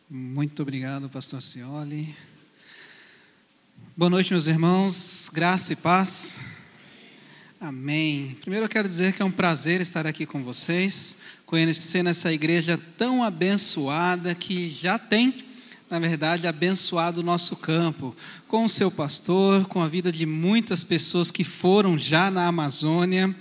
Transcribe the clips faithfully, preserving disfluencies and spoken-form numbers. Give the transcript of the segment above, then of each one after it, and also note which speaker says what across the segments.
Speaker 1: Muito obrigado, pastor Cioli. Boa noite, meus irmãos. Graça e paz. Amém. Primeiro eu quero dizer que é um prazer estar aqui com vocês, conhecendo essa igreja tão abençoada que já tem, na verdade, abençoado o nosso campo, com o seu pastor, com a vida de muitas pessoas que foram já na Amazônia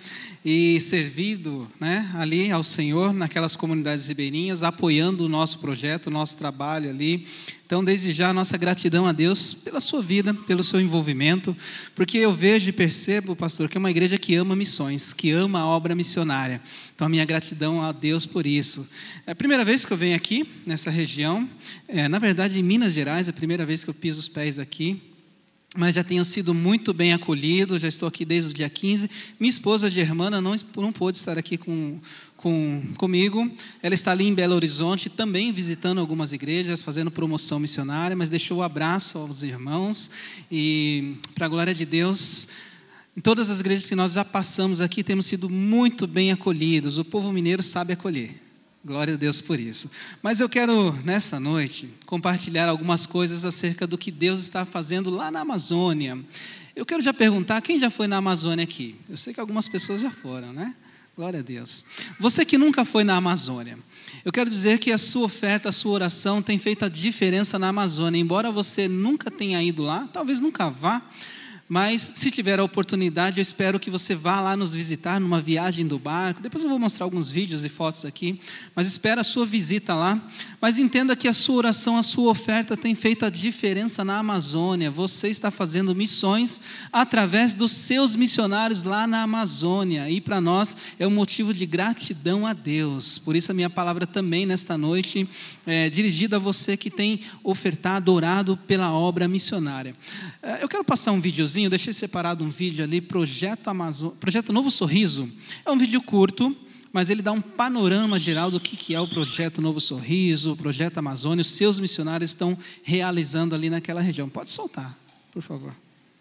Speaker 1: e servido, né, ali ao Senhor, naquelas comunidades ribeirinhas, apoiando o nosso projeto, o nosso trabalho ali. Então, desde já, a nossa gratidão a Deus pela sua vida, pelo seu envolvimento, porque eu vejo e percebo, pastor, que é uma igreja que ama missões, que ama a obra missionária. Então, a minha gratidão a Deus por isso. É a primeira vez que eu venho aqui, nessa região, é, na verdade, em Minas Gerais, é a primeira vez que eu piso os pés aqui, mas já tenho sido muito bem acolhido, já estou aqui desde o dia quinze. Minha esposa, Germana, não, não pôde estar aqui com, com, comigo. Ela está ali em Belo Horizonte, também visitando algumas igrejas, fazendo promoção missionária, mas deixou o abraço aos irmãos. E, para a glória de Deus, em todas as igrejas que nós já passamos aqui, temos sido muito bem acolhidos. O povo mineiro sabe acolher. Glória a Deus por isso. Mas eu quero, nesta noite, compartilhar algumas coisas acerca do que Deus está fazendo lá na Amazônia. Eu quero já perguntar, quem já foi na Amazônia aqui? Eu sei que algumas pessoas já foram, né? Glória a Deus. Você que nunca foi na Amazônia, eu quero dizer que a sua oferta, a sua oração tem feito a diferença na Amazônia. Embora você nunca tenha ido lá, talvez nunca vá, mas se tiver a oportunidade, eu espero que você vá lá nos visitar numa viagem do barco. Depois eu vou mostrar alguns vídeos e fotos aqui, mas espero a sua visita lá. Mas entenda que a sua oração, a sua oferta tem feito a diferença na Amazônia. Você está fazendo missões através dos seus missionários lá na Amazônia. E para nós é um motivo de gratidão a Deus. Por isso a minha palavra também nesta noite é dirigida a você que tem ofertado, orado pela obra missionária. Eu quero passar um videozinho. Eu deixei separado um vídeo ali, Projeto, Amazô... Projeto Novo Sorriso. É um vídeo curto, mas ele dá um panorama geral do que é o Projeto Novo Sorriso, o Projeto Amazônia. Os seus missionários estão realizando ali naquela região. Pode soltar, por favor.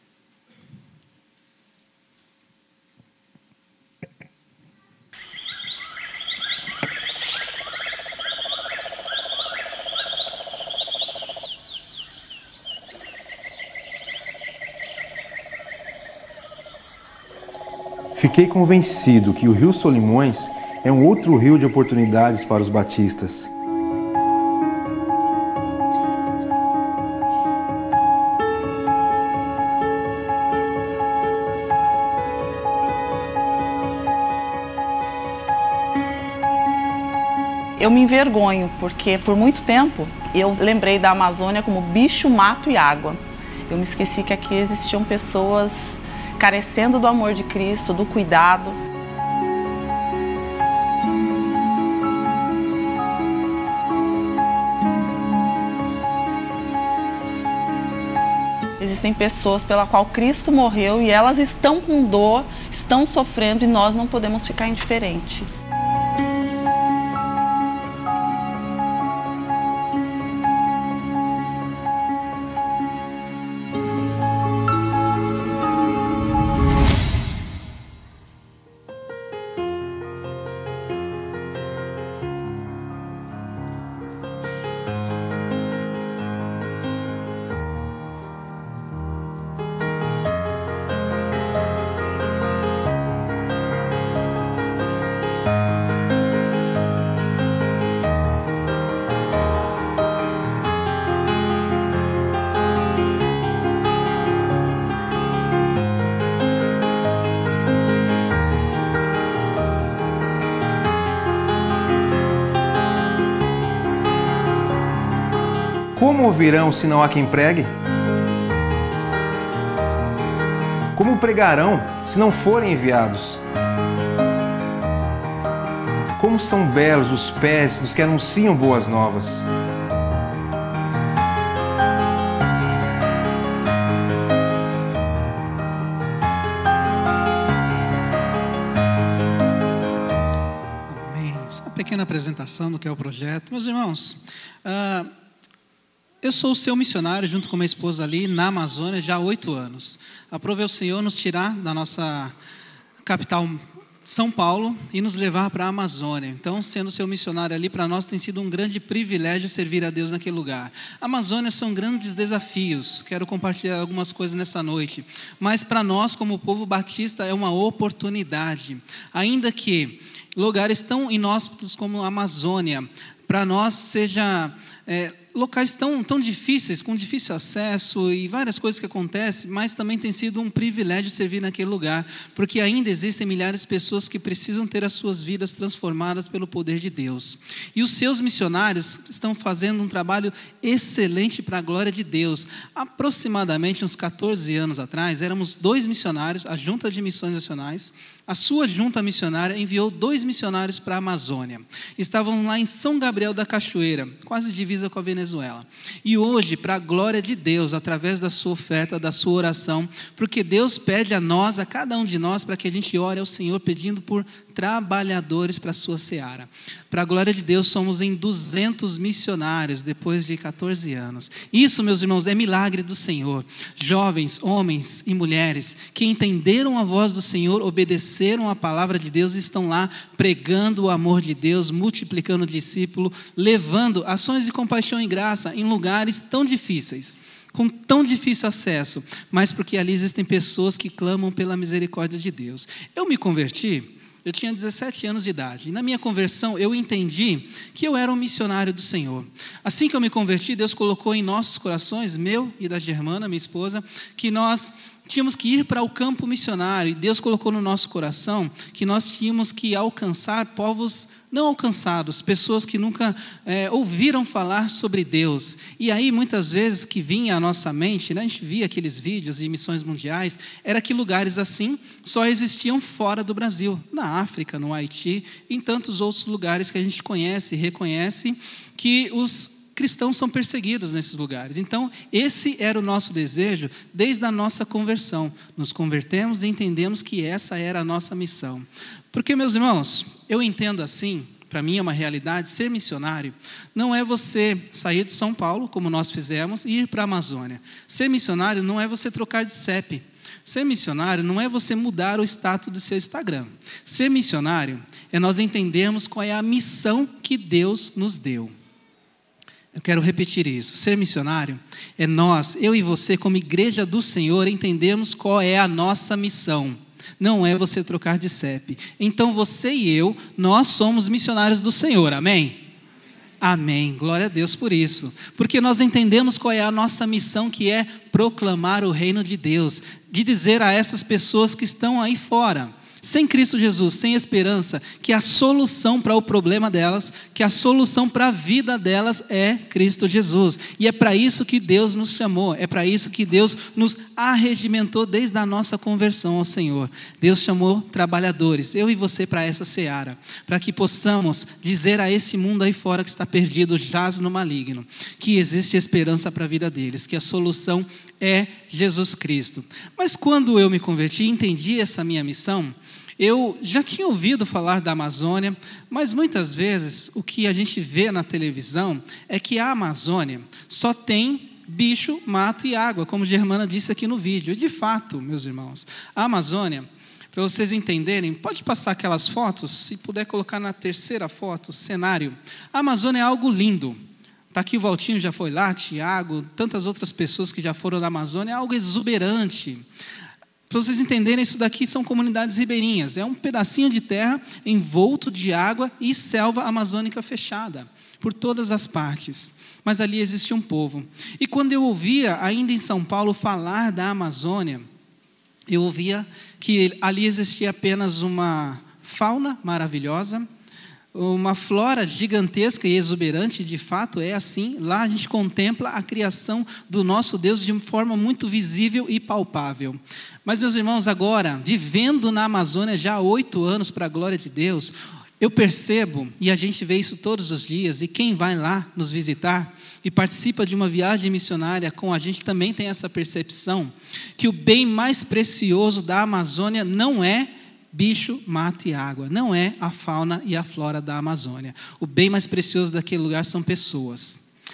Speaker 2: Fiquei convencido que o Rio Solimões é um outro rio de oportunidades para os batistas.
Speaker 3: Eu me envergonho, porque por muito tempo eu lembrei da Amazônia como bicho, mato e água. Eu me esqueci que aqui existiam pessoas carecendo do amor de Cristo, do cuidado. Existem pessoas pela qual Cristo morreu e elas estão com dor, estão sofrendo e nós não podemos ficar indiferentes.
Speaker 2: Como ouvirão se não há quem pregue? Como pregarão se não forem enviados? Como são belos os pés dos que anunciam boas novas.
Speaker 1: Amém. Essa é uma pequena apresentação do que é o projeto. Meus irmãos, ah, eu sou o seu missionário, junto com minha esposa ali, na Amazônia, já há oito anos. Aprove o Senhor nos tirar da nossa capital São Paulo e nos levar para a Amazônia. Então, sendo seu missionário ali, para nós tem sido um grande privilégio servir a Deus naquele lugar. A Amazônia são grandes desafios, quero compartilhar algumas coisas nessa noite, mas para nós, como povo batista, é uma oportunidade, ainda que lugares tão inóspitos como a Amazônia, para nós seja... É, locais tão, tão difíceis, com difícil acesso e várias coisas que acontecem, mas também tem sido um privilégio servir naquele lugar, porque ainda existem milhares de pessoas que precisam ter as suas vidas transformadas pelo poder de Deus. E os seus missionários estão fazendo um trabalho excelente para a glória de Deus. Aproximadamente uns catorze anos atrás, éramos dois missionários, a Junta de Missões Nacionais, a sua junta missionária enviou dois missionários para a Amazônia. Estavam lá em São Gabriel da Cachoeira, quase divisa com a Venezuela. E hoje, para a glória de Deus, através da sua oferta, da sua oração, porque Deus pede a nós, a cada um de nós, para que a gente ore ao Senhor pedindo por trabalhadores para a sua seara. Para a glória de Deus, somos em duzentos missionários depois de catorze anos. Isso, meus irmãos, é milagre do Senhor. Jovens, homens e mulheres que entenderam a voz do Senhor, obedeceram a palavra de Deus e estão lá pregando o amor de Deus, multiplicando o discípulo, levando ações de compaixão e graça em lugares tão difíceis, com tão difícil acesso, mas porque ali existem pessoas que clamam pela misericórdia de Deus. Eu me converti, eu tinha dezessete anos de idade, e na minha conversão eu entendi que eu era um missionário do Senhor. Assim que eu me converti, Deus colocou em nossos corações, meu e da Germana, minha esposa, que nós tínhamos que ir para o campo missionário, e Deus colocou no nosso coração que nós tínhamos que alcançar povos não alcançados, pessoas que nunca é, ouviram falar sobre Deus. E aí, muitas vezes, que vinha à nossa mente, né, a gente via aqueles vídeos de missões mundiais, era que lugares assim só existiam fora do Brasil, na África, no Haiti, e em tantos outros lugares que a gente conhece e reconhece que os cristãos são perseguidos nesses lugares. Então, esse era o nosso desejo desde a nossa conversão. Nos convertemos e entendemos que essa era a nossa missão. Porque, meus irmãos, eu entendo assim, para mim é uma realidade, ser missionário não é você sair de São Paulo, como nós fizemos, e ir para a Amazônia. Ser missionário não é você trocar de C E P. Ser missionário não é você mudar o status do seu Instagram. Ser missionário é nós entendermos qual é a missão que Deus nos deu. Eu quero repetir isso. Ser missionário é nós, eu e você, como igreja do Senhor, entendermos qual é a nossa missão. Não é você trocar de C E P. Então você e eu, nós somos missionários do Senhor, amém? Amém, glória a Deus por isso. Porque nós entendemos qual é a nossa missão, que é proclamar o reino de Deus. De dizer a essas pessoas que estão aí fora, sem Cristo Jesus, sem esperança, que a solução para o problema delas, que a solução para a vida delas é Cristo Jesus. E é para isso que Deus nos chamou, é para isso que Deus nos arregimentou desde a nossa conversão ao Senhor. Deus chamou trabalhadores, eu e você, para essa seara, para que possamos dizer a esse mundo aí fora que está perdido, jaz no maligno, que existe esperança para a vida deles, que a solução é Jesus Cristo. Mas quando eu me converti e entendi essa minha missão, eu já tinha ouvido falar da Amazônia, mas muitas vezes o que a gente vê na televisão é que a Amazônia só tem bicho, mato e água, como a Germana disse aqui no vídeo. E de fato, meus irmãos, a Amazônia, para vocês entenderem, pode passar aquelas fotos, se puder colocar na terceira foto, cenário. A Amazônia é algo lindo. Está aqui o Valtinho, já foi lá, Tiago, tantas outras pessoas que já foram na Amazônia, é algo exuberante. Para vocês entenderem, isso daqui são comunidades ribeirinhas. É um pedacinho de terra envolto de água e selva amazônica fechada, por todas as partes. Mas ali existe um povo. E quando eu ouvia, ainda em São Paulo, falar da Amazônia, eu ouvia que ali existia apenas uma fauna maravilhosa, uma flora gigantesca e exuberante, de fato é assim. Lá a gente contempla a criação do nosso Deus de uma forma muito visível e palpável. Mas, meus irmãos, agora, vivendo na Amazônia já há oito anos para a glória de Deus, eu percebo, e a gente vê isso todos os dias, e quem vai lá nos visitar e participa de uma viagem missionária com a gente também tem essa percepção, que o bem mais precioso da Amazônia não é bicho, mato e água. Não é a fauna e a flora da Amazônia. O bem mais precioso daquele lugar são pessoas.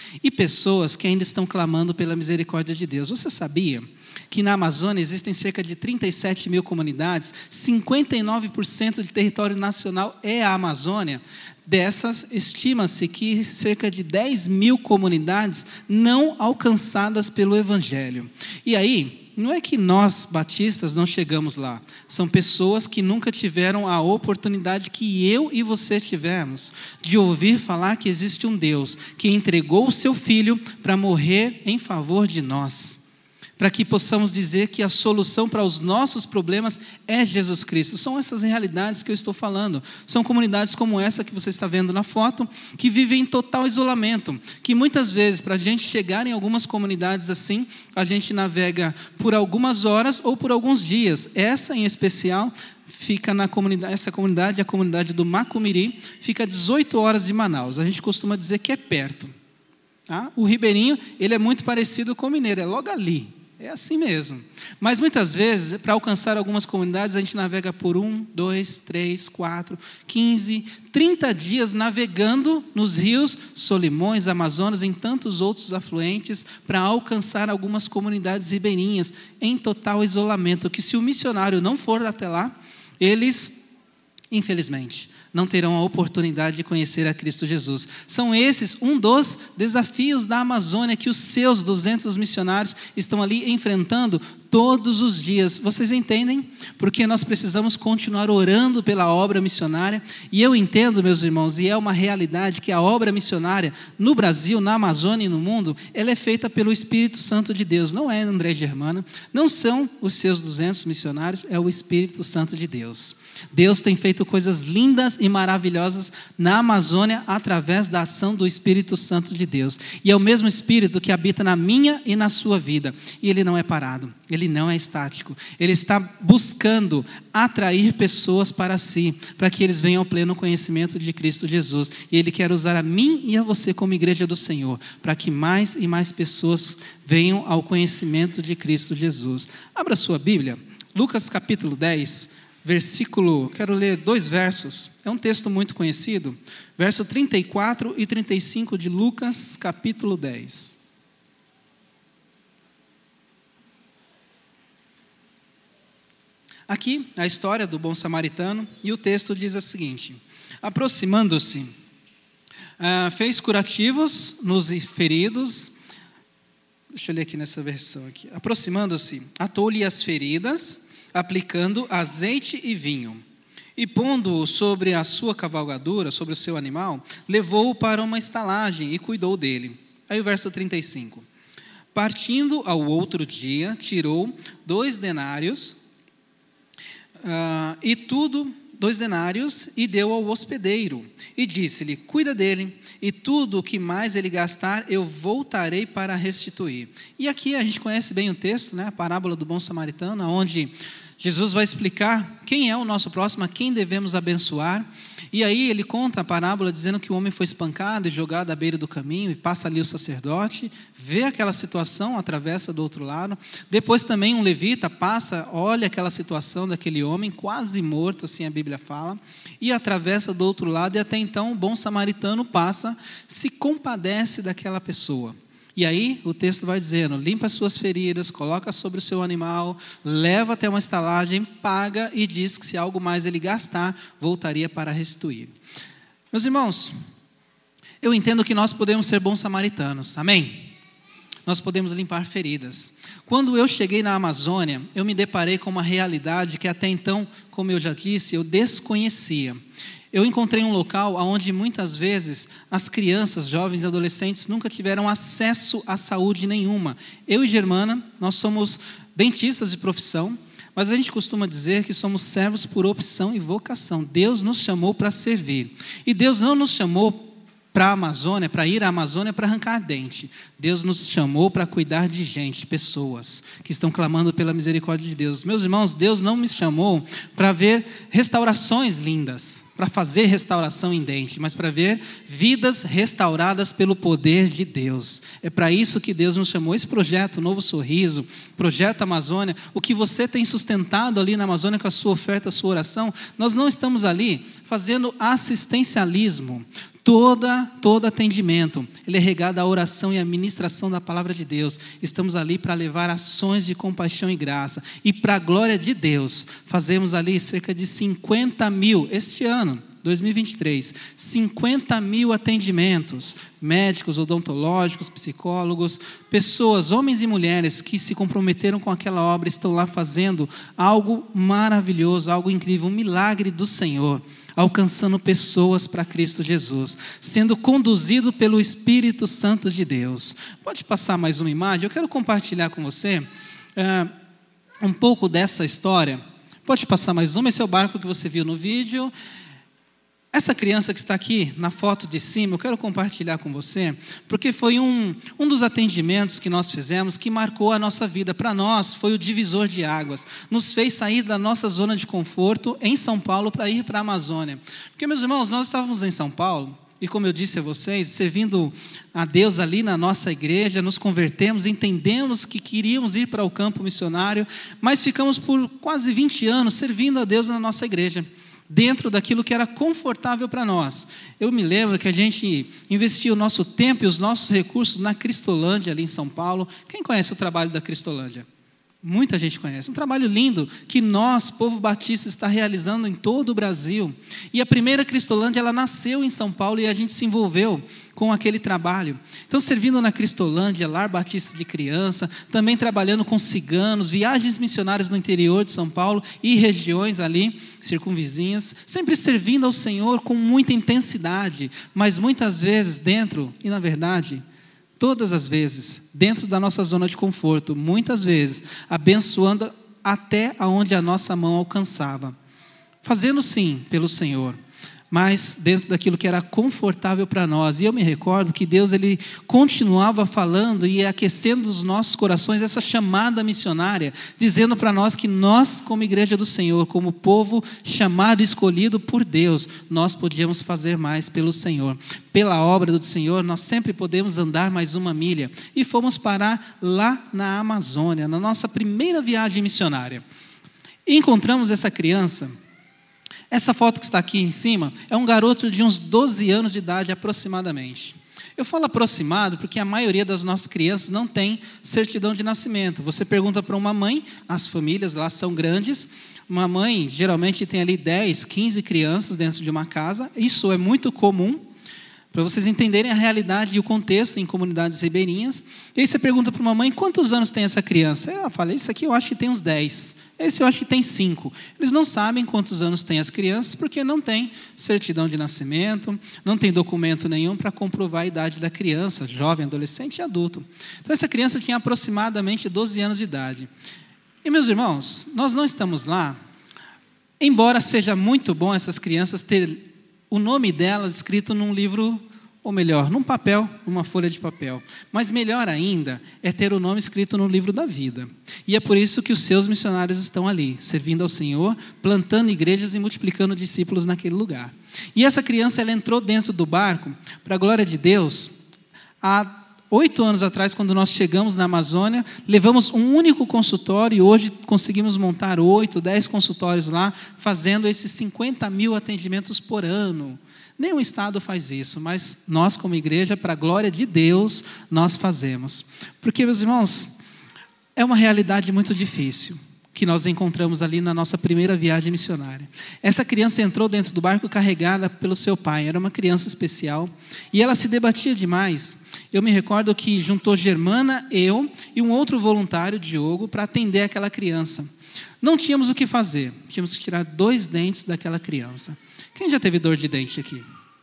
Speaker 1: e pessoas que ainda estão clamando pela misericórdia de Deus. Você sabia que na Amazônia existem cerca de trinta e sete mil comunidades, cinquenta e nove por cento de território nacional é a Amazônia? Dessas, estima-se que cerca de dez mil comunidades não alcançadas pelo Evangelho. E aí, não é que nós, batistas, não chegamos lá. São pessoas que nunca tiveram a oportunidade que eu e você tivemos de ouvir falar que existe um Deus que entregou o seu Filho para morrer em favor de nós, para que possamos dizer que a solução para os nossos problemas é Jesus Cristo. São essas realidades que eu estou falando. São comunidades como essa que você está vendo na foto, que vivem em total isolamento, que muitas vezes, para a gente chegar em algumas comunidades assim, a gente navega por algumas horas ou por alguns dias. Essa, em especial, fica na comunidade, essa comunidade, a comunidade do Macumiri, fica a dezoito horas de Manaus. A gente costuma dizer que é perto. Tá? O Ribeirinho, ele é muito parecido com o Mineiro, é logo ali. É assim mesmo. Mas muitas vezes, para alcançar algumas comunidades, a gente navega por um, dois, três, quatro, quinze, trinta dias navegando nos rios Solimões, Amazonas, em tantos outros afluentes, para alcançar algumas comunidades ribeirinhas em total isolamento, que se o missionário não for até lá, eles, infelizmente, não terão a oportunidade de conhecer a Cristo Jesus. São esses um dos desafios da Amazônia que os seus duzentos missionários estão ali enfrentando todos os dias. Vocês entendem? Porque nós precisamos continuar orando pela obra missionária. E eu entendo, meus irmãos, e é uma realidade que a obra missionária no Brasil, na Amazônia e no mundo, ela é feita pelo Espírito Santo de Deus. Não é André Germana, não são os seus duzentos missionários, é o Espírito Santo de Deus. Deus tem feito coisas lindas e maravilhosas na Amazônia através da ação do Espírito Santo de Deus. E é o mesmo Espírito que habita na minha e na sua vida. E Ele não é parado, Ele não é estático. Ele está buscando atrair pessoas para si, para que eles venham ao pleno conhecimento de Cristo Jesus. E Ele quer usar a mim e a você como igreja do Senhor, para que mais e mais pessoas venham ao conhecimento de Cristo Jesus. Abra sua Bíblia, Lucas capítulo dez, versículo, quero ler dois versos, é um texto muito conhecido, verso trinta e quatro e trinta e cinco de Lucas, capítulo dez. Aqui, a história do bom samaritano, e o texto diz o seguinte: aproximando-se, ah, fez curativos nos feridos, deixa eu ler aqui nessa versão aqui, aproximando-se, atou-lhe as feridas, aplicando azeite e vinho, e pondo-o sobre a sua cavalgadura, sobre o seu animal, levou-o para uma estalagem e cuidou dele. Aí o verso trinta e cinco. Partindo ao outro dia, tirou dois denários, uh, e tudo, dois denários, e deu ao hospedeiro, e disse-lhe, cuida dele, e tudo o que mais ele gastar, eu voltarei para restituir. E aqui a gente conhece bem o texto, né? A parábola do bom samaritano, onde Jesus vai explicar quem é o nosso próximo, a quem devemos abençoar. E aí ele conta a parábola dizendo que o homem foi espancado e jogado à beira do caminho, e passa ali o sacerdote, vê aquela situação, atravessa do outro lado. Depois também um levita passa, olha aquela situação daquele homem, quase morto, assim a Bíblia fala, e atravessa do outro lado, e até então o bom samaritano passa, se compadece daquela pessoa. E aí o texto vai dizendo, limpa as suas feridas, coloca sobre o seu animal, leva até uma estalagem, paga e diz que se algo mais ele gastar, voltaria para restituir. Meus irmãos, eu entendo que nós podemos ser bons samaritanos, amém? Nós podemos limpar feridas. Quando eu cheguei na Amazônia, eu me deparei com uma realidade que até então, como eu já disse, eu desconhecia. Eu encontrei um local onde muitas vezes as crianças, jovens e adolescentes nunca tiveram acesso à saúde nenhuma. Eu e Germana, nós somos dentistas de profissão, mas a gente costuma dizer que somos servos por opção e vocação. Deus nos chamou para servir. E Deus não nos chamou para a Amazônia, para ir à Amazônia para arrancar dente. Deus nos chamou para cuidar de gente, pessoas que estão clamando pela misericórdia de Deus. Meus irmãos, Deus não me chamou para ver restaurações lindas, para fazer restauração em dente, mas para ver vidas restauradas pelo poder de Deus. É para isso que Deus nos chamou. Esse projeto, Novo Sorriso, Projeto Amazônia, o que você tem sustentado ali na Amazônia com a sua oferta, a sua oração, nós não estamos ali fazendo assistencialismo. Toda, todo atendimento, ele é regado à oração e à ministração da palavra de Deus. Estamos ali para levar ações de compaixão e graça. E para a glória de Deus, fazemos ali cerca de cinquenta mil, este ano, dois mil e vinte e três, cinquenta mil atendimentos, médicos, odontológicos, psicólogos, pessoas, homens e mulheres que se comprometeram com aquela obra, estão lá fazendo algo maravilhoso, algo incrível, um milagre do Senhor, alcançando pessoas para Cristo Jesus, sendo conduzido pelo Espírito Santo de Deus. Pode passar mais uma imagem? Eu quero compartilhar com você uh, um pouco dessa história. Pode passar mais uma? Esse é o barco que você viu no vídeo. Essa criança que está aqui na foto de cima, eu quero compartilhar com você, porque foi um, um dos atendimentos que nós fizemos que marcou a nossa vida. Para nós, foi o divisor de águas. Nos fez sair da nossa zona de conforto em São Paulo para ir para a Amazônia. Porque, meus irmãos, nós estávamos em São Paulo, e como eu disse a vocês, servindo a Deus ali na nossa igreja, nos convertemos, entendemos que queríamos ir para o campo missionário, mas ficamos por quase vinte anos servindo a Deus na nossa igreja, dentro daquilo que era confortável para nós. Eu me lembro que a gente investia o nosso tempo e os nossos recursos na Cristolândia, ali em São Paulo. Quem conhece o trabalho da Cristolândia? Muita gente conhece. Um trabalho lindo que nós, povo batista, está realizando em todo o Brasil. E a primeira Cristolândia, ela nasceu em São Paulo e a gente se envolveu com aquele trabalho. Então, servindo na Cristolândia, lar batista de criança, também trabalhando com ciganos, viagens missionárias no interior de São Paulo e regiões ali circunvizinhas, sempre servindo ao Senhor com muita intensidade, mas muitas vezes dentro, e na verdade, todas as vezes, dentro da nossa zona de conforto, muitas vezes, abençoando até aonde a nossa mão alcançava. Fazendo sim pelo Senhor, mas dentro daquilo que era confortável para nós. E eu me recordo que Deus ele continuava falando e aquecendo os nossos corações essa chamada missionária, dizendo para nós que nós, como igreja do Senhor, como povo chamado e escolhido por Deus, nós podíamos fazer mais pelo Senhor. Pela obra do Senhor, nós sempre podemos andar mais uma milha. E fomos parar lá na Amazônia, na nossa primeira viagem missionária. E encontramos essa criança. Essa foto que está aqui em cima é um garoto de uns doze anos de idade aproximadamente. Eu falo aproximado porque a maioria das nossas crianças não tem certidão de nascimento. Você pergunta para uma mãe, as famílias lá são grandes, uma mãe geralmente tem ali dez, quinze crianças dentro de uma casa, isso é muito comum, para vocês entenderem a realidade e o contexto em comunidades ribeirinhas. E aí você pergunta para uma mãe, quantos anos tem essa criança? Ela fala, esse aqui eu acho que tem uns dez, esse eu acho que tem cinco. Eles não sabem quantos anos tem as crianças, porque não tem certidão de nascimento, não tem documento nenhum para comprovar a idade da criança, jovem, adolescente e adulto. Então essa criança tinha aproximadamente doze anos de idade. E meus irmãos, nós não estamos lá, embora seja muito bom essas crianças ter o nome delas escrito num livro, ou melhor, num papel, numa folha de papel. Mas melhor ainda é ter o nome escrito no livro da vida. E é por isso que os seus missionários estão ali, servindo ao Senhor, plantando igrejas e multiplicando discípulos naquele lugar. E essa criança, ela entrou dentro do barco, para a glória de Deus, há oito anos atrás, quando nós chegamos na Amazônia, levamos um único consultório e hoje conseguimos montar oito, dez consultórios lá, fazendo esses cinquenta mil atendimentos por ano. Nenhum estado faz isso, mas nós como igreja, para a glória de Deus, nós fazemos. Porque, meus irmãos, é uma realidade muito difícil que nós encontramos ali na nossa primeira viagem missionária. Essa criança entrou dentro do barco carregada pelo seu pai, era uma criança especial, e ela se debatia demais. Eu me recordo que juntou Germana, eu e um outro voluntário, Diogo, para atender aquela criança. Não tínhamos o que fazer, tínhamos que tirar dois dentes daquela criança. Quem já teve dor de dente aqui?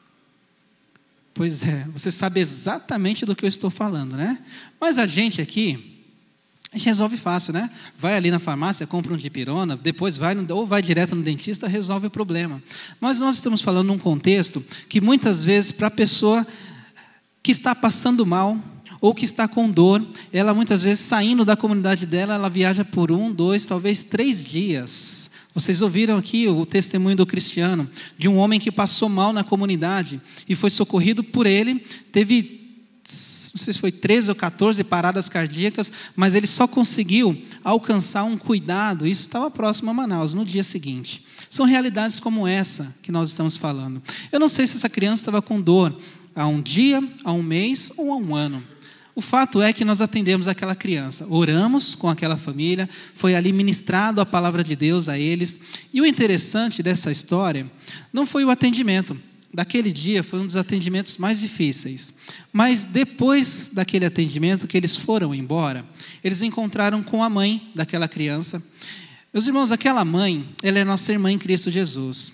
Speaker 1: Pois é, você sabe exatamente do que eu estou falando, né? Mas a gente aqui, a gente resolve fácil, né? Vai ali na farmácia, compra um dipirona, depois vai no, ou vai direto no dentista, resolve o problema. Mas nós estamos falando num contexto que muitas vezes para a pessoa que está passando mal ou que está com dor, ela muitas vezes saindo da comunidade dela, ela viaja por um, dois, talvez três dias. Vocês ouviram aqui o testemunho do Cristiano, de um homem que passou mal na comunidade e foi socorrido por ele, teve não sei se foi treze ou quatorze paradas cardíacas, mas ele só conseguiu alcançar um cuidado, isso estava próximo a Manaus, no dia seguinte. São realidades como essa que nós estamos falando. Eu não sei se essa criança estava com dor há um dia, há um mês ou há um ano. O fato é que nós atendemos aquela criança, oramos com aquela família, foi ali ministrado a palavra de Deus a eles. E o interessante dessa história não foi o atendimento. Daquele dia foi um dos atendimentos mais difíceis. Mas depois daquele atendimento que eles foram embora, eles encontraram com a mãe daquela criança. Meus irmãos, aquela mãe, ela é nossa irmã em Cristo Jesus.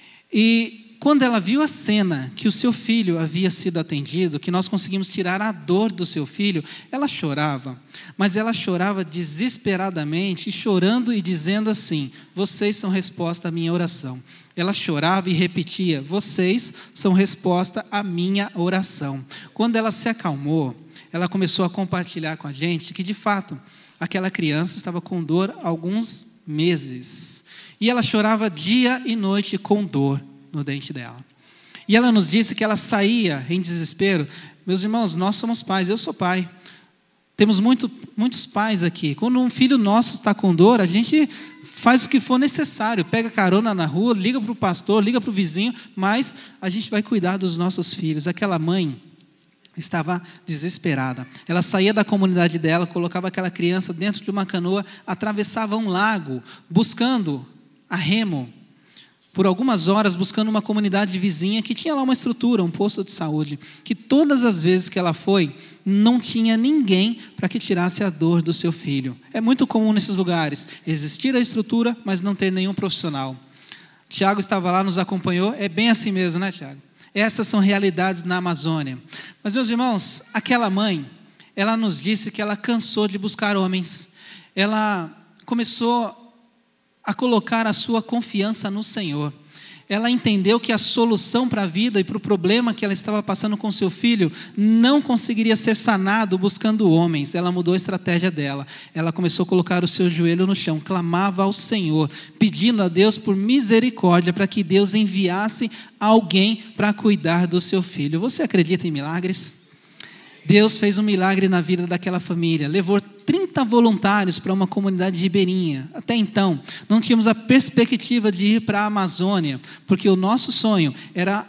Speaker 1: E quando ela viu a cena que o seu filho havia sido atendido, que nós conseguimos tirar a dor do seu filho, ela chorava, mas ela chorava desesperadamente, chorando e dizendo assim: vocês são resposta à minha oração. Ela chorava e repetia: vocês são resposta à minha oração. Quando ela se acalmou, ela começou a compartilhar com a gente que, de fato, aquela criança estava com dor há alguns meses. E ela chorava dia e noite com dor no dente dela. E ela nos disse que ela saía em desespero. Meus irmãos, nós somos pais, eu sou pai. Temos muito, muitos pais aqui. Quando um filho nosso está com dor, a gente faz o que for necessário. Pega carona na rua, liga para o pastor, liga para o vizinho, mas a gente vai cuidar dos nossos filhos. Aquela mãe estava desesperada. Ela saía da comunidade dela, colocava aquela criança dentro de uma canoa, atravessava um lago, buscando a remo, por algumas horas, buscando uma comunidade vizinha que tinha lá uma estrutura, um posto de saúde, que todas as vezes que ela foi, não tinha ninguém para que tirasse a dor do seu filho. É muito comum nesses lugares existir a estrutura, mas não ter nenhum profissional. Tiago estava lá, nos acompanhou, é bem assim mesmo, né, Tiago? Essas são realidades na Amazônia. Mas, meus irmãos, aquela mãe, ela nos disse que ela cansou de buscar homens. Ela começou a colocar a sua confiança no Senhor. Ela entendeu que a solução para a vida e para o problema que ela estava passando com seu filho não conseguiria ser sanado buscando homens. Ela mudou a estratégia dela. Ela começou a colocar o seu joelho no chão, clamava ao Senhor, pedindo a Deus por misericórdia para que Deus enviasse alguém para cuidar do seu filho. Você acredita em milagres? Deus fez um milagre na vida daquela família, levou trinta voluntários para uma comunidade ribeirinha. Até então, não tínhamos a perspectiva de ir para a Amazônia, porque o nosso sonho era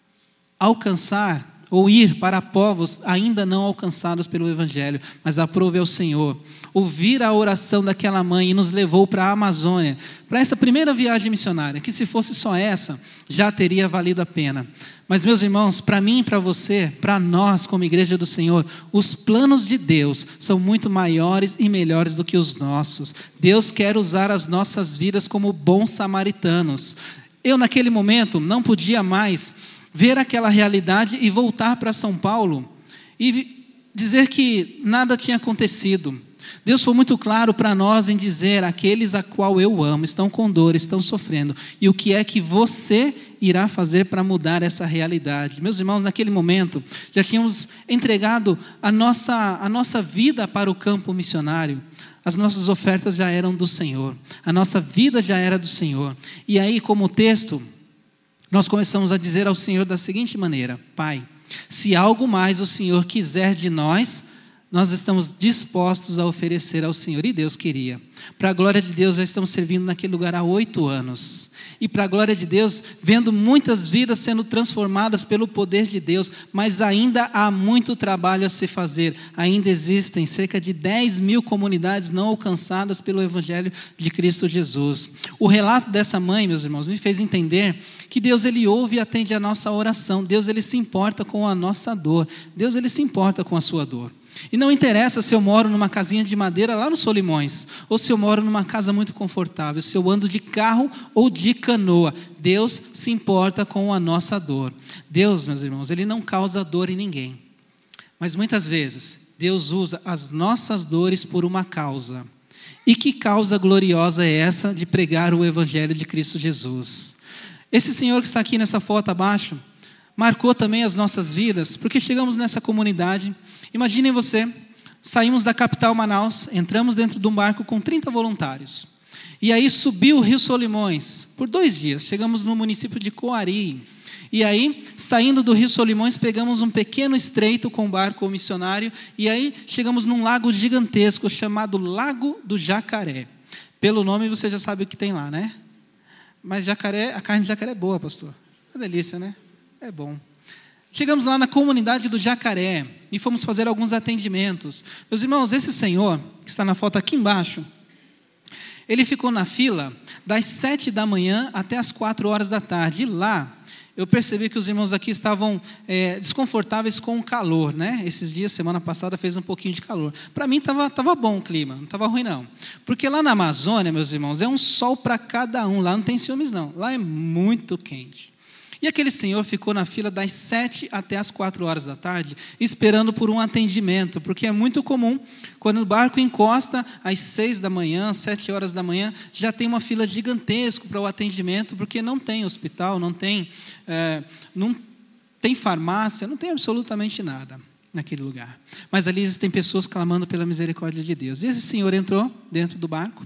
Speaker 1: alcançar ou ir para povos ainda não alcançados pelo Evangelho, mas aprove ao Senhor ouvir a oração daquela mãe e nos levou para a Amazônia, para essa primeira viagem missionária, que se fosse só essa, já teria valido a pena. Mas, meus irmãos, para mim e para você, para nós como igreja do Senhor, os planos de Deus são muito maiores e melhores do que os nossos. Deus quer usar as nossas vidas como bons samaritanos. Eu, naquele momento, não podia mais ver aquela realidade e voltar para São Paulo e dizer que nada tinha acontecido. Deus foi muito claro para nós em dizer: aqueles a qual eu amo estão com dor, estão sofrendo. E o que é que você irá fazer para mudar essa realidade? Meus irmãos, naquele momento, já tínhamos entregado a nossa, a nossa vida para o campo missionário. As nossas ofertas já eram do Senhor. A nossa vida já era do Senhor. E aí, como texto, nós começamos a dizer ao Senhor da seguinte maneira: Pai, se algo mais o Senhor quiser de nós, nós estamos dispostos a oferecer ao Senhor. E Deus queria. Para a glória de Deus, já estamos servindo naquele lugar há oito anos. E para a glória de Deus, vendo muitas vidas sendo transformadas pelo poder de Deus, mas ainda há muito trabalho a se fazer. Ainda existem cerca de dez mil comunidades não alcançadas pelo Evangelho de Cristo Jesus. O relato dessa mãe, meus irmãos, me fez entender que Deus, Ele ouve e atende a nossa oração. Deus, Ele se importa com a nossa dor. Deus, Ele se importa com a sua dor. E não interessa se eu moro numa casinha de madeira lá no Solimões, ou se eu moro numa casa muito confortável, se eu ando de carro ou de canoa. Deus se importa com a nossa dor. Deus, meus irmãos, Ele não causa dor em ninguém. Mas muitas vezes, Deus usa as nossas dores por uma causa. E que causa gloriosa é essa de pregar o Evangelho de Cristo Jesus? Esse senhor que está aqui nessa foto abaixo, marcou também as nossas vidas, porque chegamos nessa comunidade. Imaginem você, saímos da capital Manaus, entramos dentro de um barco com trinta voluntários. E aí subiu o rio Solimões por dois dias. Chegamos no município de Coari. E aí, saindo do rio Solimões, pegamos um pequeno estreito com barco missionário. E aí chegamos num lago gigantesco chamado Lago do Jacaré. Pelo nome você já sabe o que tem lá, né? Mas jacaré, a carne de jacaré é boa, pastor. Uma delícia, né? É bom. Chegamos lá na comunidade do Jacaré e fomos fazer alguns atendimentos. Meus irmãos, esse senhor, que está na foto aqui embaixo, ele ficou na fila das sete da manhã até as quatro horas da tarde. E lá, eu percebi que os irmãos aqui estavam é, desconfortáveis com o calor, né? Esses dias, semana passada, fez um pouquinho de calor. Para mim, estava tava bom o clima, não estava ruim, não. Porque lá na Amazônia, meus irmãos, é um sol para cada um. Lá não tem ciúmes, não. Lá é muito quente. E aquele senhor ficou na fila das sete até as quatro horas da tarde, esperando por um atendimento, porque é muito comum, quando o barco encosta, às seis da manhã, sete horas da manhã, já tem uma fila gigantesca para o atendimento, porque não tem hospital, não tem, é, não tem farmácia, não tem absolutamente nada naquele lugar. Mas ali existem pessoas clamando pela misericórdia de Deus. E esse senhor entrou dentro do barco,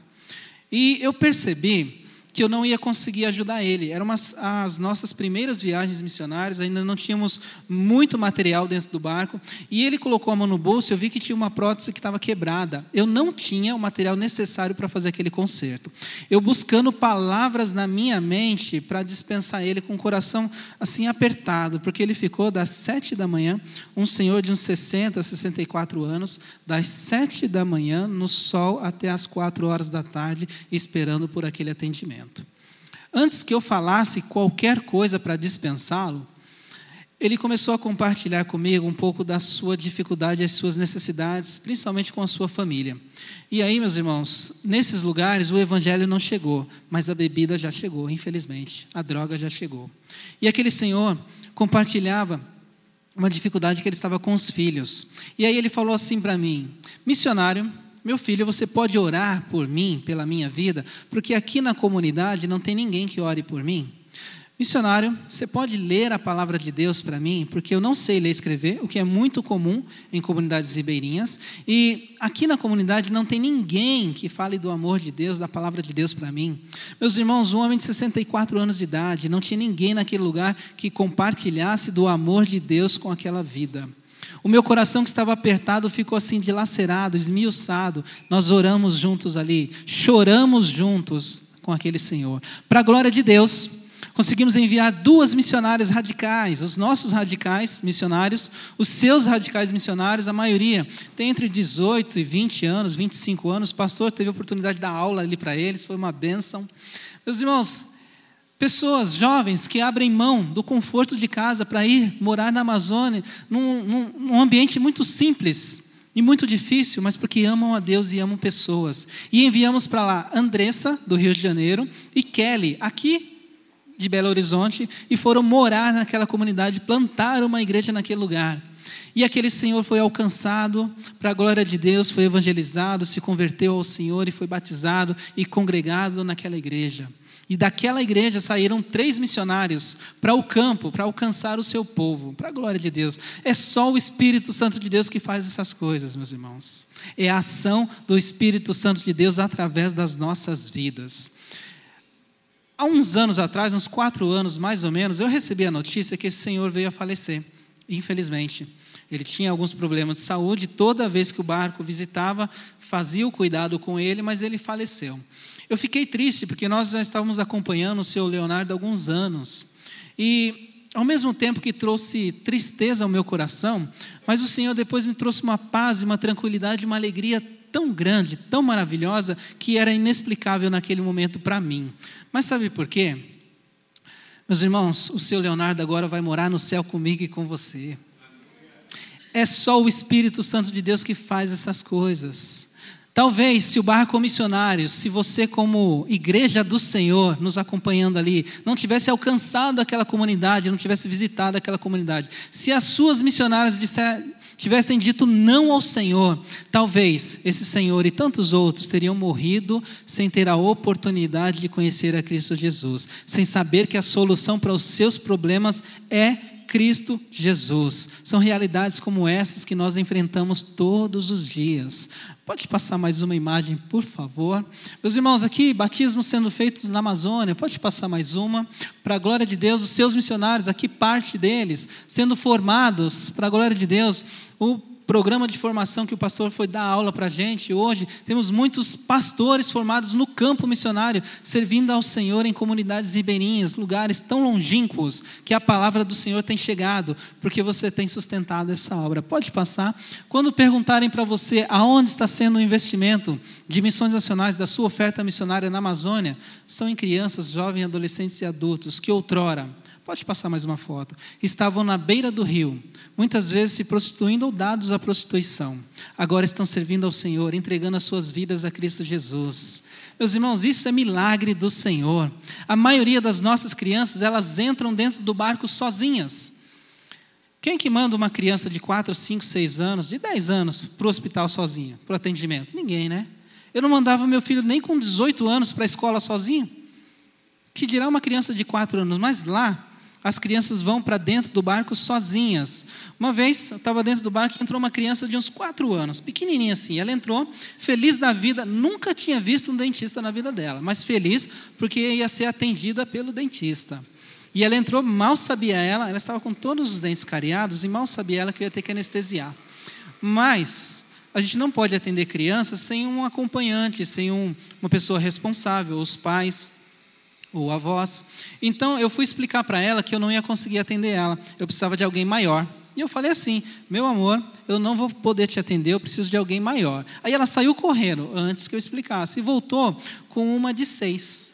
Speaker 1: e eu percebi que eu não ia conseguir ajudar ele. Eram umas, as nossas primeiras viagens missionárias, ainda não tínhamos muito material dentro do barco, e ele colocou a mão no bolso, eu vi que tinha uma prótese que estava quebrada. Eu não tinha o material necessário para fazer aquele conserto. Eu buscando palavras na minha mente para dispensar ele com o coração assim apertado, porque ele ficou das sete da manhã, um senhor de uns sessenta, sessenta e quatro anos, das sete da manhã, no sol, até as quatro horas da tarde, esperando por aquele atendimento. Antes que eu falasse qualquer coisa para dispensá-lo, ele começou a compartilhar comigo um pouco da sua dificuldade, as suas necessidades, principalmente com a sua família. E aí, meus irmãos, nesses lugares o evangelho não chegou, mas a bebida já chegou, infelizmente, a droga já chegou. E aquele senhor compartilhava uma dificuldade que ele estava com os filhos. E aí ele falou assim para mim: missionário, meu filho, você pode orar por mim, pela minha vida, porque aqui na comunidade não tem ninguém que ore por mim. Missionário, você pode ler a palavra de Deus para mim, porque eu não sei ler e escrever, o que é muito comum em comunidades ribeirinhas, e aqui na comunidade não tem ninguém que fale do amor de Deus, da palavra de Deus para mim. Meus irmãos, um homem de sessenta e quatro anos de idade, não tinha ninguém naquele lugar que compartilhasse do amor de Deus com aquela vida. O meu coração que estava apertado ficou assim dilacerado, esmiuçado. Nós oramos juntos ali, choramos juntos com aquele senhor. Para a glória de Deus, conseguimos enviar duas missionárias radicais, os nossos radicais missionários, os seus radicais missionários, a maioria tem entre dezoito e vinte anos, vinte e cinco anos. O pastor teve a oportunidade de dar aula ali para eles, foi uma bênção. Meus irmãos, pessoas jovens que abrem mão do conforto de casa para ir morar na Amazônia, num, num, num ambiente muito simples e muito difícil, mas porque amam a Deus e amam pessoas. E enviamos para lá Andressa, do Rio de Janeiro, e Kelly, aqui de Belo Horizonte, e foram morar naquela comunidade, plantar uma igreja naquele lugar. E aquele senhor foi alcançado, para a glória de Deus, foi evangelizado, se converteu ao Senhor e foi batizado e congregado naquela igreja. E daquela igreja saíram três missionários para o campo, para alcançar o seu povo, para a glória de Deus. É só o Espírito Santo de Deus que faz essas coisas, meus irmãos. É a ação do Espírito Santo de Deus através das nossas vidas. Há uns anos atrás, uns quatro anos mais ou menos, eu recebi a notícia que esse senhor veio a falecer, infelizmente. Ele tinha alguns problemas de saúde, toda vez que o barco visitava, fazia o cuidado com ele, mas ele faleceu. Eu fiquei triste, porque nós já estávamos acompanhando o seu Leonardo há alguns anos. E, ao mesmo tempo que trouxe tristeza ao meu coração, mas o Senhor depois me trouxe uma paz, uma tranquilidade, uma alegria tão grande, tão maravilhosa, que era inexplicável naquele momento para mim. Mas sabe por quê? Meus irmãos, o seu Leonardo agora vai morar no céu comigo e com você. É só o Espírito Santo de Deus que faz essas coisas. Talvez, se o barco missionário, se você como igreja do Senhor, nos acompanhando ali, não tivesse alcançado aquela comunidade, não tivesse visitado aquela comunidade, se as suas missionárias disser, tivessem dito não ao Senhor, talvez esse Senhor e tantos outros teriam morrido sem ter a oportunidade de conhecer a Cristo Jesus, sem saber que a solução para os seus problemas é Cristo Jesus. São realidades como essas que nós enfrentamos todos os dias. Pode passar mais uma imagem, por favor? Meus irmãos, aqui, batismos sendo feitos na Amazônia. Pode passar mais uma? Para a glória de Deus, os seus missionários, aqui parte deles, sendo formados, para a glória de Deus, o programa de formação que o pastor foi dar aula para a gente hoje, temos muitos pastores formados no campo missionário, servindo ao Senhor em comunidades ribeirinhas, lugares tão longínquos, que a palavra do Senhor tem chegado, porque você tem sustentado essa obra. Pode passar? Quando perguntarem para você aonde está sendo o investimento de missões nacionais, da sua oferta missionária na Amazônia, são em crianças, jovens, adolescentes e adultos, que outrora, pode passar mais uma foto, estavam na beira do rio, muitas vezes se prostituindo ou dados à prostituição. Agora estão servindo ao Senhor, entregando as suas vidas a Cristo Jesus. Meus irmãos, isso é milagre do Senhor. A maioria das nossas crianças, elas entram dentro do barco sozinhas. Quem que manda uma criança de quatro, cinco, seis anos, de dez anos, para o hospital sozinha, para o atendimento? Ninguém, né? Eu não mandava meu filho nem com dezoito anos para a escola sozinho. Que dirá uma criança de quatro anos, mas lá, as crianças vão para dentro do barco sozinhas. Uma vez, eu estava dentro do barco e entrou uma criança de uns quatro anos, pequenininha assim. Ela entrou, feliz da vida, nunca tinha visto um dentista na vida dela, mas feliz porque ia ser atendida pelo dentista. E ela entrou, mal sabia ela, ela estava com todos os dentes cariados e mal sabia ela que eu ia ter que anestesiar. Mas a gente não pode atender crianças sem um acompanhante, sem um, uma pessoa responsável, os pais ou avós. Então eu fui explicar para ela que eu não ia conseguir atender ela, eu precisava de alguém maior. E eu falei assim: meu amor, eu não vou poder te atender, eu preciso de alguém maior. Aí ela saiu correndo antes que eu explicasse e voltou com uma de seis.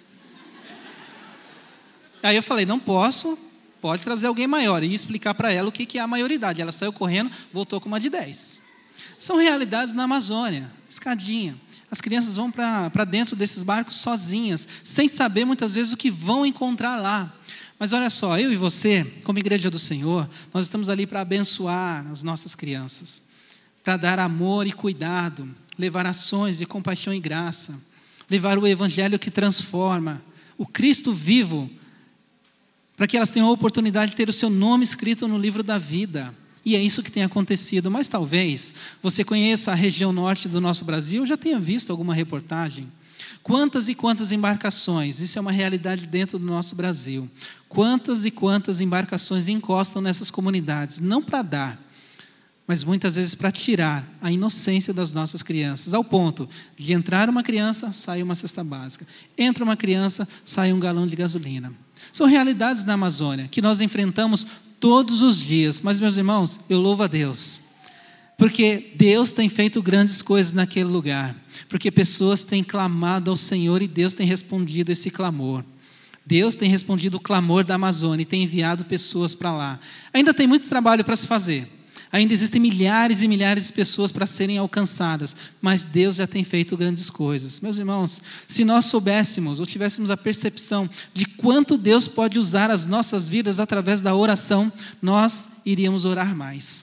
Speaker 1: Aí eu falei: não posso, pode trazer alguém maior. E explicar para ela o que é a maioridade. Ela saiu correndo, voltou com uma de dez. São realidades na Amazônia, escadinha. As crianças vão para dentro desses barcos sozinhas, sem saber muitas vezes o que vão encontrar lá. Mas olha só, eu e você, como igreja do Senhor, nós estamos ali para abençoar as nossas crianças, para dar amor e cuidado, levar ações de compaixão e graça, levar o evangelho que transforma, o Cristo vivo, para que elas tenham a oportunidade de ter o seu nome escrito no livro da vida. E é isso que tem acontecido. Mas talvez você conheça a região norte do nosso Brasil, já tenha visto alguma reportagem. Quantas e quantas embarcações, isso é uma realidade dentro do nosso Brasil. Quantas e quantas embarcações encostam nessas comunidades, não para dar, mas muitas vezes para tirar a inocência das nossas crianças, ao ponto de entrar uma criança, sai uma cesta básica. Entra uma criança, sai um galão de gasolina. São realidades na Amazônia que nós enfrentamos todos os dias. Mas, meus irmãos, eu louvo a Deus, porque Deus tem feito grandes coisas naquele lugar, porque pessoas têm clamado ao Senhor e Deus tem respondido esse clamor. Deus tem respondido o clamor da Amazônia e tem enviado pessoas para lá. Ainda tem muito trabalho para se fazer. Ainda existem milhares e milhares de pessoas para serem alcançadas, mas Deus já tem feito grandes coisas. Meus irmãos, se nós soubéssemos ou tivéssemos a percepção de quanto Deus pode usar as nossas vidas através da oração, nós iríamos orar mais.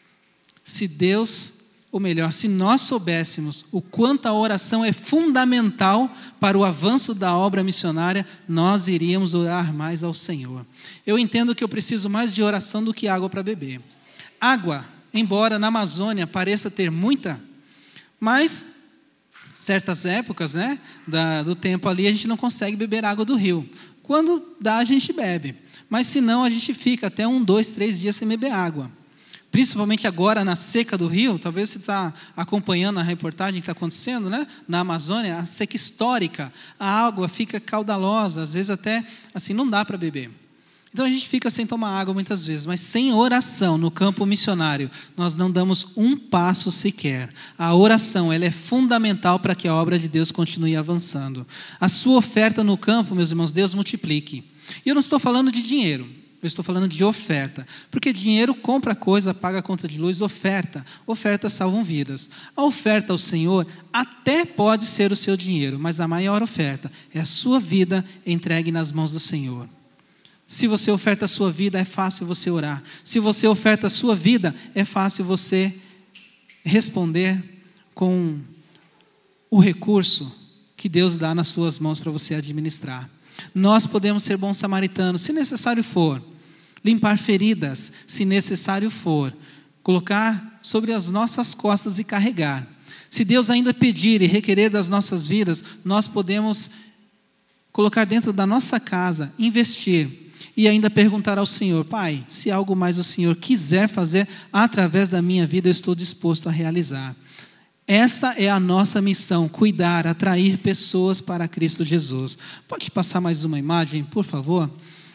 Speaker 1: Se Deus, ou melhor, se nós soubéssemos o quanto a oração é fundamental para o avanço da obra missionária, nós iríamos orar mais ao Senhor. Eu entendo que eu preciso mais de oração do que água para beber. Água, embora na Amazônia pareça ter muita, mas certas épocas, né, da, do tempo ali, a gente não consegue beber água do rio. Quando dá, a gente bebe. Mas se não, a gente fica até um, dois, três dias sem beber água. Principalmente agora na seca do rio, talvez você está acompanhando a reportagem que está acontecendo, né, na Amazônia, a seca histórica. A água fica caudalosa, às vezes até assim não dá para beber. Então a gente fica sem tomar água muitas vezes, mas sem oração no campo missionário, nós não damos um passo sequer. A oração, ela é fundamental para que a obra de Deus continue avançando. A sua oferta no campo, meus irmãos, Deus multiplique. E eu não estou falando de dinheiro, eu estou falando de oferta. Porque dinheiro compra coisa, paga a conta de luz, oferta. Ofertas salvam vidas. A oferta ao Senhor até pode ser o seu dinheiro, mas a maior oferta é a sua vida entregue nas mãos do Senhor. Se você oferta a sua vida, é fácil você orar. Se você oferta a sua vida, é fácil você responder com o recurso que Deus dá nas suas mãos para você administrar. Nós podemos ser bons samaritanos, se necessário for. limpar feridas, se necessário for, colocar sobre as nossas costas e carregar. Se Deus ainda pedir e requerer das nossas vidas, nós podemos colocar dentro da nossa casa, investir e ainda perguntar ao Senhor: Pai, se algo mais o Senhor quiser fazer através da minha vida, eu estou disposto a realizar. Essa é a nossa missão, cuidar, atrair pessoas para Cristo Jesus. Pode passar mais uma imagem, por favor?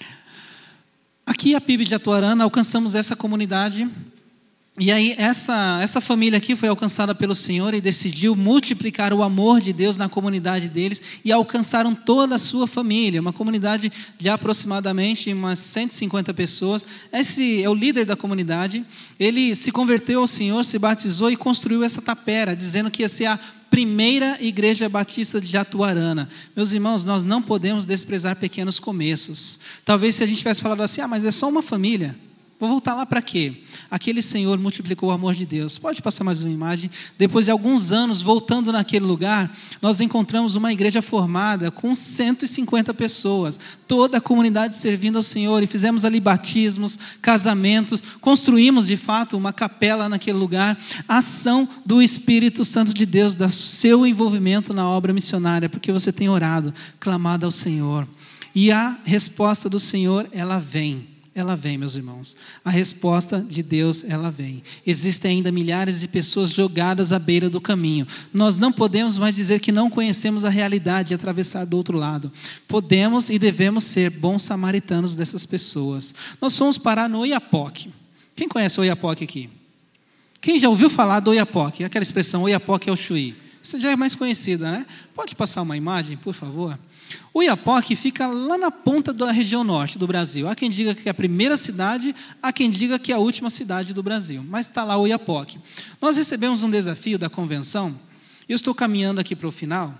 Speaker 1: Aqui a P I B de Atuarana, alcançamos essa comunidade. E aí essa, essa família aqui foi alcançada pelo Senhor e decidiu multiplicar o amor de Deus na comunidade deles e alcançaram toda a sua família, uma comunidade de aproximadamente umas cento e cinquenta pessoas. Esse é o líder da comunidade, ele se converteu ao Senhor, se batizou e construiu essa tapera, dizendo que ia ser a primeira igreja batista de Atuarana. Meus irmãos, nós não podemos desprezar pequenos começos. Talvez se a gente tivesse falado assim, ah, mas é só uma família. Vou voltar lá para quê? Aquele Senhor multiplicou o amor de Deus. Pode passar mais uma imagem? Depois de alguns anos, voltando naquele lugar, nós encontramos uma igreja formada com cento e cinquenta pessoas. Toda a comunidade servindo ao Senhor. E fizemos ali batismos, casamentos. Construímos, de fato, uma capela naquele lugar. Ação do Espírito Santo de Deus, do seu envolvimento na obra missionária. Porque você tem orado, clamado ao Senhor. E a resposta do Senhor, ela vem. Ela vem, meus irmãos. A resposta de Deus, ela vem. Existem ainda milhares de pessoas jogadas à beira do caminho. Nós não podemos mais dizer que não conhecemos a realidade e atravessar do outro lado. Podemos e devemos ser bons samaritanos dessas pessoas. Nós fomos parar no Oiapoque. Quem conhece o Oiapoque aqui? Quem já ouviu falar do Oiapoque? Aquela expressão, Oiapoque é o Chuí. Isso já é mais conhecida, né? Pode passar uma imagem, por favor? O Oiapoque fica lá na ponta da região norte do Brasil. Há quem diga que é a primeira cidade, há quem diga que é a última cidade do Brasil. Mas está lá o Oiapoque. Nós recebemos um desafio da convenção, e eu estou caminhando aqui para o final,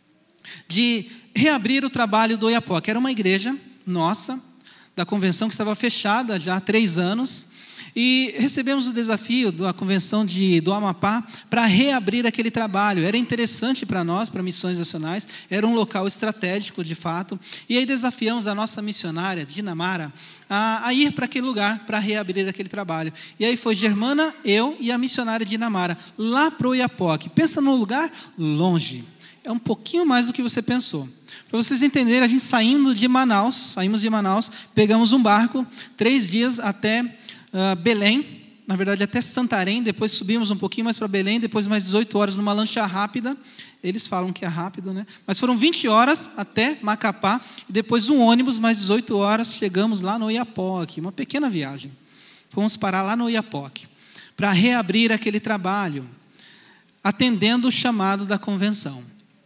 Speaker 1: de reabrir o trabalho do Oiapoque. Era uma igreja nossa, da convenção, que estava fechada já há três anos, e recebemos o desafio da convenção de, do Amapá para reabrir aquele trabalho. Era interessante para nós, para missões nacionais, era um local estratégico de fato, e aí desafiamos a nossa missionária, Dinamara, a, a ir para aquele lugar para reabrir aquele trabalho. E aí foi Germana, eu e a missionária Dinamara, lá para o Oiapoque. Pensa num lugar longe, é um pouquinho mais do que você pensou. Para vocês entenderem, a gente saindo de Manaus, saímos de Manaus, pegamos um barco, três dias até Uh, Belém, na verdade até Santarém, depois subimos um pouquinho mais para Belém, depois mais dezoito horas numa lancha rápida, eles falam que é rápido, né? Mas foram vinte horas até Macapá, e depois um ônibus, mais dezoito horas, chegamos lá no Oiapoque, uma pequena viagem. Fomos parar lá no Oiapoque, para reabrir aquele trabalho, atendendo o chamado da convenção.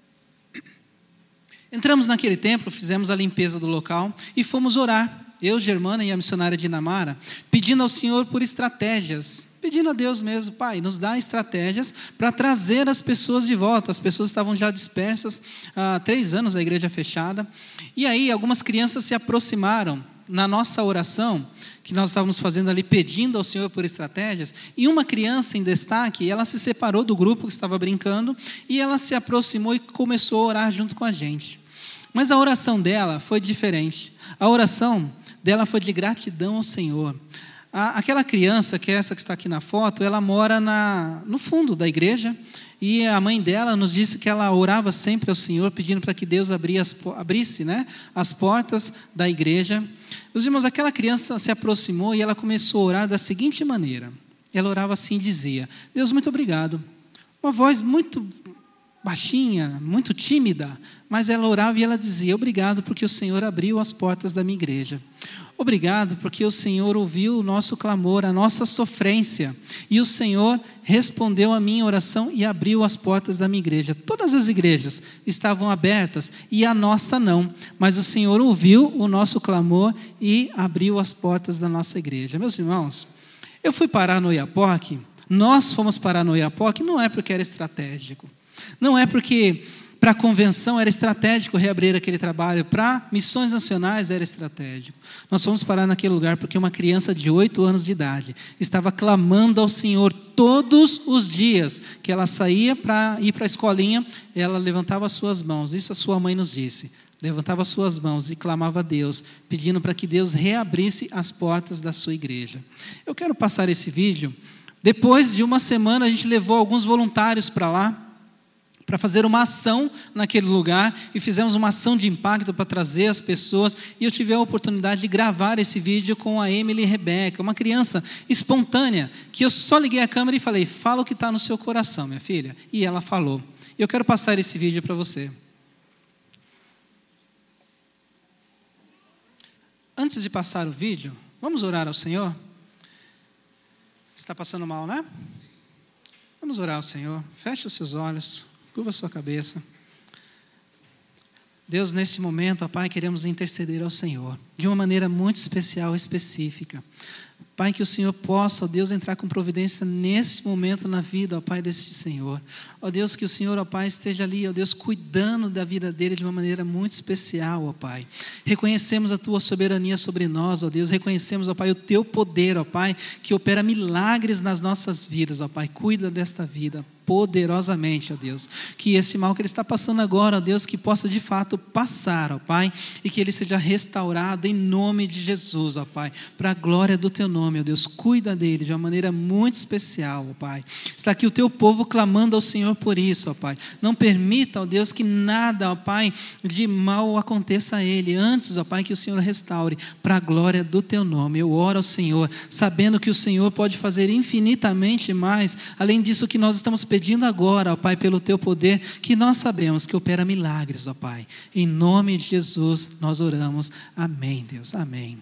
Speaker 1: Entramos naquele templo, fizemos a limpeza do local e fomos orar. Eu, Germana e a missionária Dinamara, pedindo ao Senhor por estratégias, pedindo a Deus mesmo, Pai, nos dá estratégias para trazer as pessoas de volta. As pessoas estavam já dispersas há três anos, a igreja fechada, e aí algumas crianças se aproximaram na nossa oração, que nós estávamos fazendo ali, pedindo ao Senhor por estratégias, e uma criança em destaque, ela se separou do grupo que estava brincando, e ela se aproximou e começou a orar junto com a gente. Mas a oração dela foi diferente. A oração dela foi de gratidão ao Senhor. A, aquela criança, que é essa que está aqui na foto, ela mora na, no fundo da igreja, e a mãe dela nos disse que ela orava sempre ao Senhor, pedindo para que Deus abria as, abrisse né, as portas da igreja. Meus irmãos, aquela criança se aproximou e ela começou a orar da seguinte maneira. Ela orava assim e dizia: Deus, muito obrigado. Uma voz muito baixinha, muito tímida, mas ela orava e ela dizia: obrigado porque o Senhor abriu as portas da minha igreja. Obrigado porque o Senhor ouviu o nosso clamor, a nossa sofrência, e o Senhor respondeu a minha oração e abriu as portas da minha igreja. Todas as igrejas estavam abertas e a nossa não, mas o Senhor ouviu o nosso clamor e abriu as portas da nossa igreja. Meus irmãos, eu fui parar no Oiapoque, nós fomos parar no Oiapoque, não é porque era estratégico, não é porque para a convenção era estratégico reabrir aquele trabalho, para missões nacionais era estratégico. Nós fomos parar naquele lugar porque uma criança de oito anos de idade estava clamando ao Senhor todos os dias que ela saía para ir para a escolinha, ela levantava as suas mãos. Isso a sua mãe nos disse: levantava suas mãos e clamava a Deus, pedindo para que Deus reabrisse as portas da sua igreja. Eu quero passar esse vídeo. Depois de uma semana, a gente levou alguns voluntários para lá, para fazer uma ação naquele lugar, e fizemos uma ação de impacto para trazer as pessoas, e eu tive a oportunidade de gravar esse vídeo com a Emily Rebeca, uma criança espontânea, que eu só liguei a câmera e falei, fala o que está no seu coração, minha filha, e ela falou. Eu quero passar esse vídeo para você. Antes de passar o vídeo, vamos orar ao Senhor? Está passando mal, né? Vamos orar ao Senhor. Feche os seus olhos. Curva a sua cabeça. Deus, nesse momento, ó Pai, queremos interceder ao Senhor, de uma maneira muito especial e específica. Pai, que o Senhor possa, ó Deus, entrar com providência nesse momento na vida, ó Pai, desse Senhor. Ó Deus, que o Senhor, ó Pai, esteja ali, ó Deus, cuidando da vida dele de uma maneira muito especial, ó Pai. Reconhecemos a Tua soberania sobre nós, ó Deus. Reconhecemos, ó Pai, o Teu poder, ó Pai, que opera milagres nas nossas vidas, ó Pai. Cuida desta vida poderosamente, ó Deus. Que esse mal que ele está passando agora, ó Deus, que possa de fato passar, ó Pai, e que ele seja restaurado em nome de Jesus, ó Pai, para a glória do Teu nome, ó Deus. Cuida dele de uma maneira muito especial, ó Pai. Está aqui o Teu povo clamando ao Senhor por isso, ó Pai. Não permita, ó Deus, que nada, ó Pai, de mal aconteça a ele. Antes, ó Pai, que o Senhor restaure para a glória do Teu nome. Eu oro ao Senhor, sabendo que o Senhor pode fazer infinitamente mais, além disso que nós estamos pedindo agora, ó Pai, pelo Teu poder, que nós sabemos que opera milagres, ó Pai. Em nome de Jesus, nós oramos. Amém, Deus. Amém.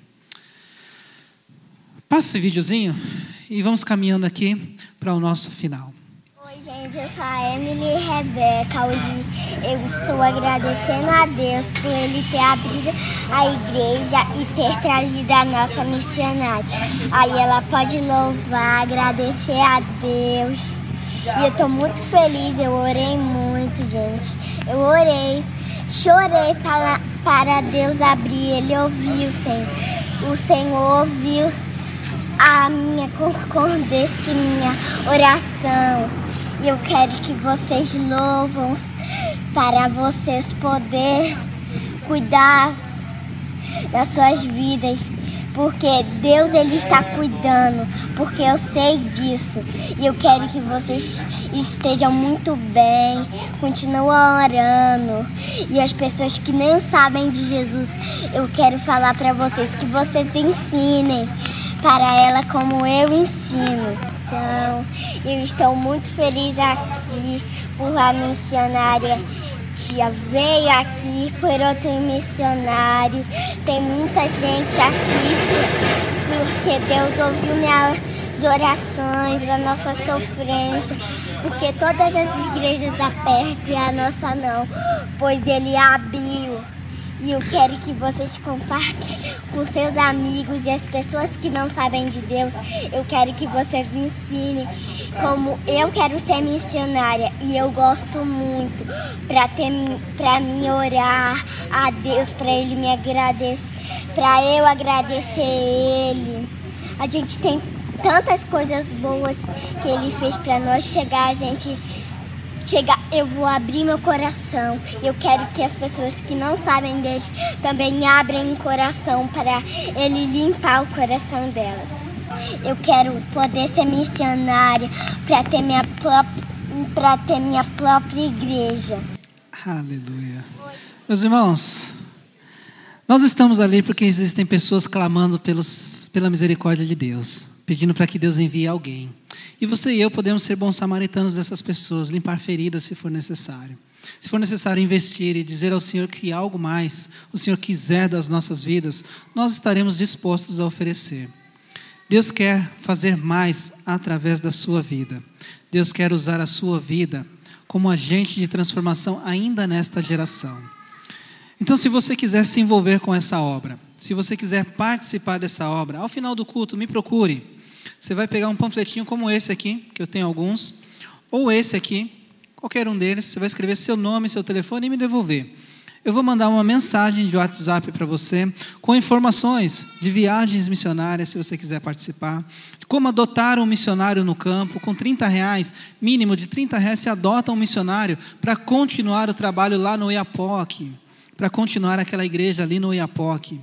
Speaker 1: Passa esse videozinho e vamos caminhando aqui para o nosso final.
Speaker 4: Oi, gente, eu sou a Emily Rebeca. Hoje eu estou agradecendo a Deus por Ele ter abrido a igreja e ter trazido a nossa missionária. Aí ela pode louvar, agradecer a Deus. E eu estou muito feliz, eu orei muito, gente. Eu orei, chorei para, para Deus abrir, Ele ouviu, Senhor. O Senhor ouviu a minha concordância, minha oração. E eu quero que vocês louvam para vocês poderem cuidar das suas vidas. Porque Deus, Ele está cuidando, porque eu sei disso. E eu quero que vocês estejam muito bem, continuem orando. E as pessoas que não sabem de Jesus, eu quero falar para vocês que vocês ensinem para ela como eu ensino. Eu estou muito feliz aqui por a missionária tia veio aqui, por outro missionário. Tem muita gente aqui, porque Deus ouviu minhas orações, a nossa sofrência, porque todas as igrejas apertam e a nossa não, pois Ele abriu. E eu quero que vocês compartilhem com seus amigos e as pessoas que não sabem de Deus. Eu quero que vocês ensinem como eu quero ser missionária. E eu gosto muito para ter, para mim orar a Deus, para Ele me agradecer, para eu agradecer Ele. A gente tem tantas coisas boas que Ele fez para nós chegar, a gente... Chega, eu vou abrir meu coração. Eu quero que as pessoas que não sabem dele também abrem o coração para ele limpar o coração delas. Eu quero poder ser missionária para ter minha própria, para ter minha própria igreja.
Speaker 1: Aleluia. Meus irmãos, nós estamos ali porque existem pessoas clamando pelos, pela misericórdia de Deus, pedindo para que Deus envie alguém. E você e eu podemos ser bons samaritanos dessas pessoas, limpar feridas se for necessário. Se for necessário investir e dizer ao Senhor que algo mais o Senhor quiser das nossas vidas, nós estaremos dispostos a oferecer. Deus quer fazer mais através da sua vida. Deus quer usar a sua vida como agente de transformação ainda nesta geração. Então, se você quiser se envolver com essa obra, se você quiser participar dessa obra, ao final do culto, me procure. Você vai pegar um panfletinho como esse aqui, que eu tenho alguns, ou esse aqui, qualquer um deles. Você vai escrever seu nome, seu telefone e me devolver. Eu vou mandar uma mensagem de WhatsApp para você, com informações de viagens missionárias, se você quiser participar, de como adotar um missionário no campo. Com trinta reais, mínimo de trinta reais, você adota um missionário para continuar o trabalho lá no Iapoque. para continuar aquela igreja ali no Oiapoque.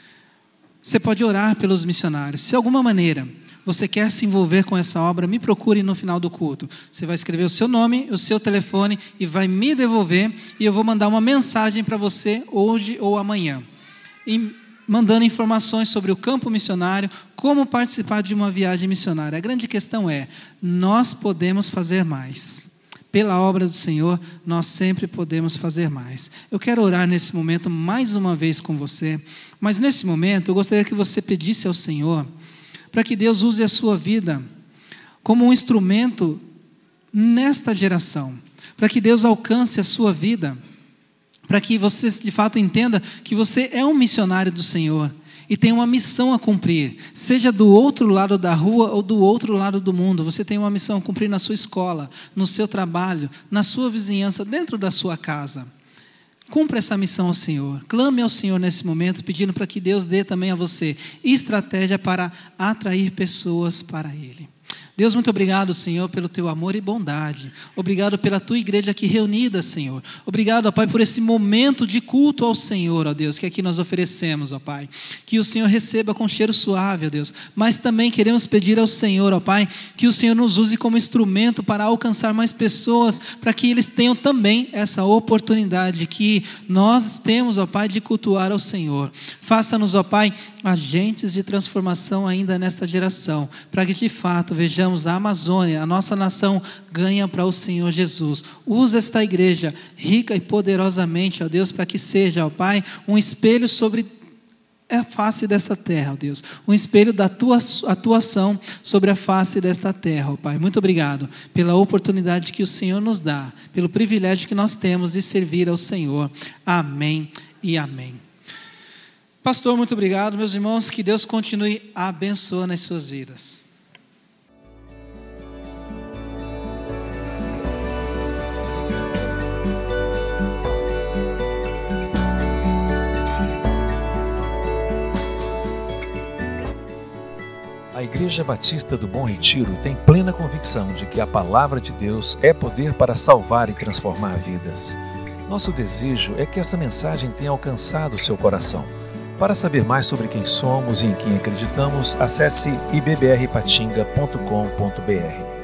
Speaker 1: Você pode orar pelos missionários. Se de alguma maneira você quer se envolver com essa obra, me procure no final do culto. Você vai escrever o seu nome, o seu telefone e vai me devolver e eu vou mandar uma mensagem para você hoje ou amanhã. E mandando informações sobre o campo missionário, como participar de uma viagem missionária. A grande questão é, nós podemos fazer mais. Pela obra do Senhor, nós sempre podemos fazer mais. Eu quero orar nesse momento mais uma vez com você, mas nesse momento eu gostaria que você pedisse ao Senhor para que Deus use a sua vida como um instrumento nesta geração, para que Deus alcance a sua vida, para que você de fato entenda que você é um missionário do Senhor e tem uma missão a cumprir, seja do outro lado da rua ou do outro lado do mundo. Você tem uma missão a cumprir na sua escola, no seu trabalho, na sua vizinhança, dentro da sua casa. Cumpra essa missão ao Senhor. Clame ao Senhor nesse momento, pedindo para que Deus dê também a você estratégia para atrair pessoas para Ele. Deus, muito obrigado, Senhor, pelo Teu amor e bondade. Obrigado pela Tua igreja aqui reunida, Senhor. Obrigado, ó Pai, por esse momento de culto ao Senhor, ó Deus, que aqui nós oferecemos, ó Pai. Que o Senhor receba com cheiro suave, ó Deus. Mas também queremos pedir ao Senhor, ó Pai, que o Senhor nos use como instrumento para alcançar mais pessoas, para que eles tenham também essa oportunidade que nós temos, ó Pai, de cultuar ao Senhor. Faça-nos, ó Pai, agentes de transformação ainda nesta geração, para que de fato vejamos a Amazônia, a nossa nação, ganha para o Senhor Jesus. Usa esta igreja rica e poderosamente, ó Deus, para que seja, ó Pai, um espelho sobre a face desta terra, ó Deus. Um espelho da tua atuação sobre a face desta terra, ó Pai. Muito obrigado pela oportunidade que o Senhor nos dá, pelo privilégio que nós temos de servir ao Senhor. Amém e amém. Pastor, muito obrigado. Meus irmãos, que Deus continue abençoando as suas vidas.
Speaker 5: A Igreja Batista do Bom Retiro tem plena convicção de que a palavra de Deus é poder para salvar e transformar vidas. Nosso desejo é que essa mensagem tenha alcançado o seu coração. Para saber mais sobre quem somos e em quem acreditamos, acesse i b b r patinga ponto com ponto b r.